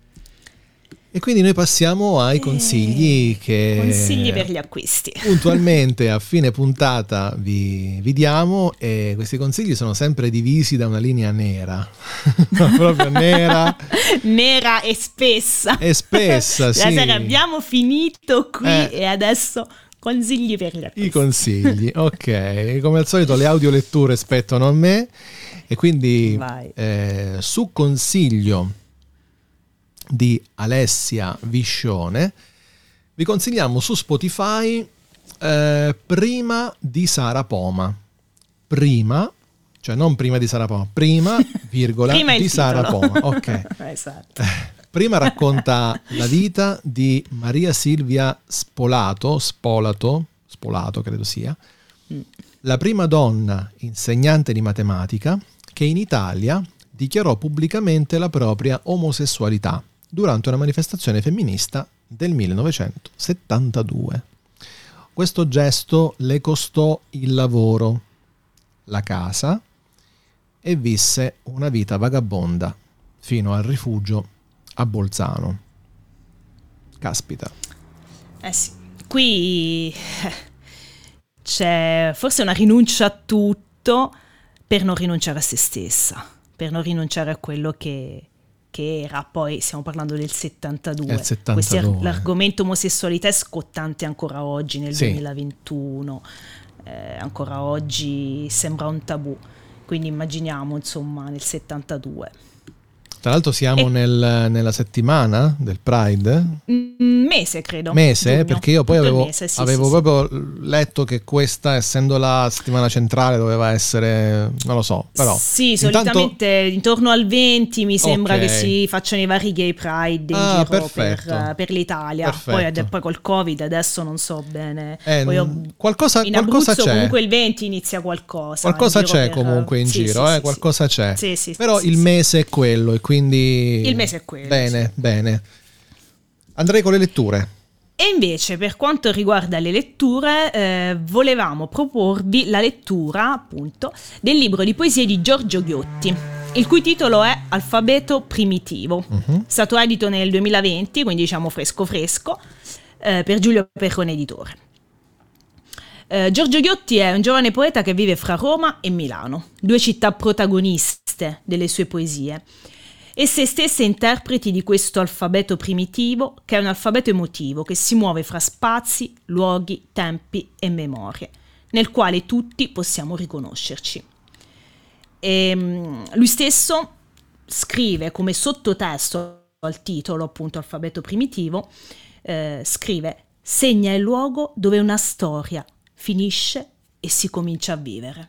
S1: E quindi noi passiamo ai consigli
S2: consigli per gli acquisti.
S1: Puntualmente a fine puntata vi diamo, e questi consigli sono sempre divisi da una linea nera. Proprio nera
S2: e spessa.
S1: Sì.
S2: Abbiamo finito qui e adesso consigli per gli acquisti.
S1: I consigli, ok. Come al solito le audioletture spettano a me, e quindi su consiglio di Alessia Viscione vi consigliamo su Spotify Prima di Sara Poma. Prima, cioè non prima di Sara Poma, prima di Sara Poma. Ok.
S2: Esatto.
S1: Prima racconta la vita di Maria Silvia Spolato credo sia, la prima donna insegnante di matematica che in Italia dichiarò pubblicamente la propria omosessualità durante una manifestazione femminista del 1972. Questo gesto le costò il lavoro, la casa, e visse una vita vagabonda fino al rifugio a Bolzano. Caspita.
S2: Sì, qui c'è forse una rinuncia a tutto per non rinunciare a se stessa, per non rinunciare a quello che era. Poi stiamo parlando del 72. L'argomento omosessualità è scottante ancora oggi nel 2021, ancora oggi sembra un tabù, quindi immaginiamo insomma nel 72.
S1: Tra l'altro siamo nella settimana del Pride?
S2: Mese, credo.
S1: Giugno, perché io poi avevo proprio letto che questa, essendo la settimana centrale, doveva essere, non lo so, però... Sì,
S2: solitamente intorno al 20 mi sembra che si facciano i vari gay Pride in giro per l'Italia. Poi col Covid adesso non so bene.
S1: Qualcosa
S2: in Abruzzo
S1: c'è.
S2: Comunque il 20 inizia qualcosa.
S1: Qualcosa c'è comunque in giro, qualcosa c'è. Però il mese è quello, e quindi
S2: il mese è quello.
S1: Bene. Andrei con le letture.
S2: E invece per quanto riguarda le letture volevamo proporvi la lettura appunto del libro di poesie di Giorgio Ghiotti, il cui titolo è Alfabeto primitivo, stato edito nel 2020, quindi diciamo fresco per Giulio Perrone editore. Giorgio Ghiotti è un giovane poeta che vive fra Roma e Milano, due città protagoniste delle sue poesie, e se stesse interpreti di questo alfabeto primitivo, che è un alfabeto emotivo che si muove fra spazi, luoghi, tempi e memorie, nel quale tutti possiamo riconoscerci. E lui stesso scrive come sottotesto al titolo, appunto alfabeto primitivo, scrive: segna il luogo dove una storia finisce e si comincia a vivere.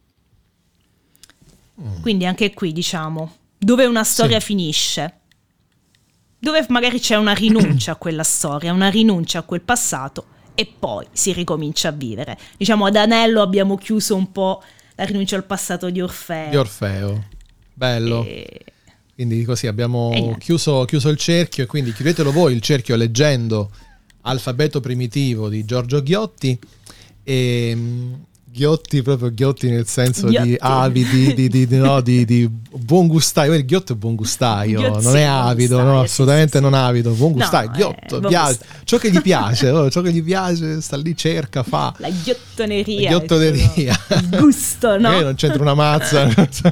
S2: Quindi anche qui diciamo dove una storia finisce, dove magari c'è una rinuncia a quella storia, una rinuncia a quel passato, e poi si ricomincia a vivere. Diciamo ad anello abbiamo chiuso un po' La rinuncia al passato di Orfeo.
S1: Di Orfeo. Bello. Quindi così abbiamo chiuso il cerchio, e quindi chiudetelo voi il cerchio leggendo Alfabeto primitivo di Giorgio Ghiotti. E Ghiotti, proprio Ghiotti nel senso di avi, di buon gustaio. Il Ghiotto è buon gustaio,
S2: Ghiozzi,
S1: non è avido,
S2: gustaio,
S1: no, assolutamente
S2: sì.
S1: non avido, buon gustaio,
S2: No,
S1: Ghiotto,
S2: buon
S1: piace,
S2: gustaio.
S1: ciò che gli piace, ciò che gli piace, sta lì, cerca, fa.
S2: La ghiottoneria.
S1: Il
S2: gusto, no?
S1: Non c'entra una mazza.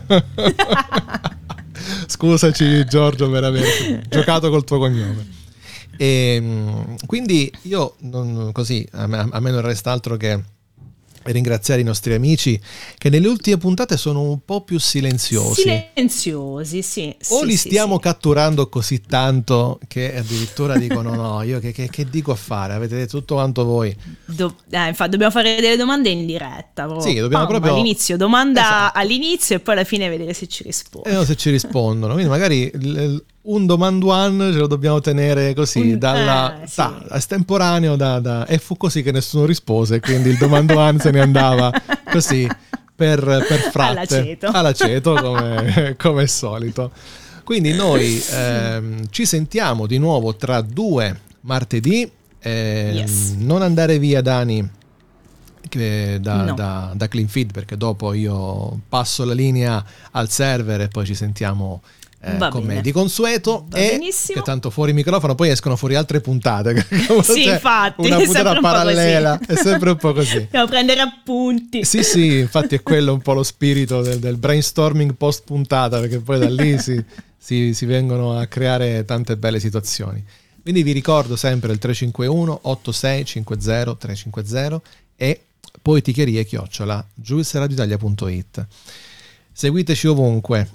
S1: Scusaci Giorgio per aver giocato col tuo cognome. E quindi io così a me non resta altro che ringraziare i nostri amici che nelle ultime puntate sono un po' più silenziosi,
S2: sì.
S1: O li stiamo catturando così tanto che addirittura dicono no, io che dico a fare? Avete detto tutto quanto voi.
S2: Infatti dobbiamo fare delle domande in diretta.
S1: Sì, dobbiamo proprio
S2: all'inizio, domanda all'inizio e poi alla fine vedere se ci rispondono.
S1: Se ci rispondono, quindi magari un domanduan ce lo dobbiamo tenere così estemporaneo e fu così che nessuno rispose, quindi il domanduan se ne andava così per fratte all'aceto come al solito. Quindi noi ci sentiamo di nuovo tra 2 martedì. Non andare via, Dani, da CleanFeed, perché dopo io passo la linea al server e poi ci sentiamo come di consueto.
S2: Benissimo.
S1: Che tanto fuori microfono poi escono fuori altre puntate.
S2: Sì, infatti,
S1: una puntata
S2: un
S1: parallela, è sempre un po' così.
S2: Dobbiamo prendere appunti.
S1: Sì, infatti è quello un po' lo spirito del brainstorming post puntata, perché poi da lì si vengono a creare tante belle situazioni. Quindi vi ricordo sempre il 351 8650 350 e poeticherie@giulesradioitalia.it. Seguiteci ovunque.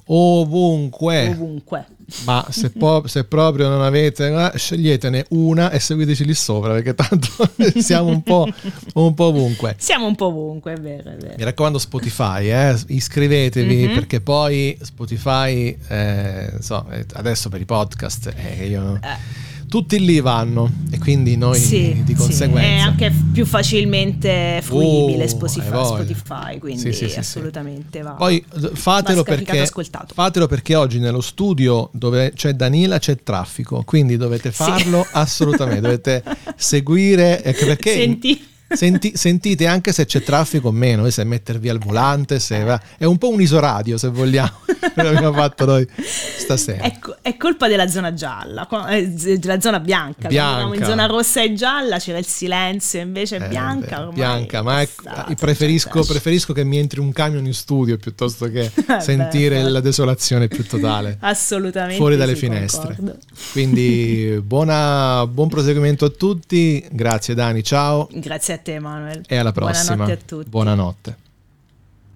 S1: Ma se proprio non avete, sceglietene una e seguiteci lì sopra, perché tanto siamo un po' ovunque.
S2: Siamo un po' ovunque, è vero.
S1: Mi raccomando, Spotify, iscrivetevi, perché poi Spotify, adesso per i podcast, tutti lì vanno, e quindi noi di conseguenza
S2: è anche più facilmente fruibile Spotify, quindi
S1: sì.
S2: assolutamente va.
S1: Poi fatelo perché oggi nello studio dove c'è Danila c'è traffico, quindi dovete farlo assolutamente, dovete seguire, perché sentite anche se c'è traffico o meno, se mettervi al volante, è un po' un isoradio, se vogliamo. L'abbiamo fatto noi stasera.
S2: È colpa della zona gialla, della zona bianca. Eravamo in zona rossa e gialla, c'era il silenzio, invece bianca.
S1: Ma preferisco che mi entri un camion in studio piuttosto che sentire la desolazione più totale.
S2: Assolutamente.
S1: Fuori dalle finestre. Concordo. Quindi buon proseguimento a tutti. Grazie Dani, ciao.
S2: Grazie a te, Manuel.
S1: E alla prossima.
S2: Buonanotte a tutti.
S1: Buonanotte.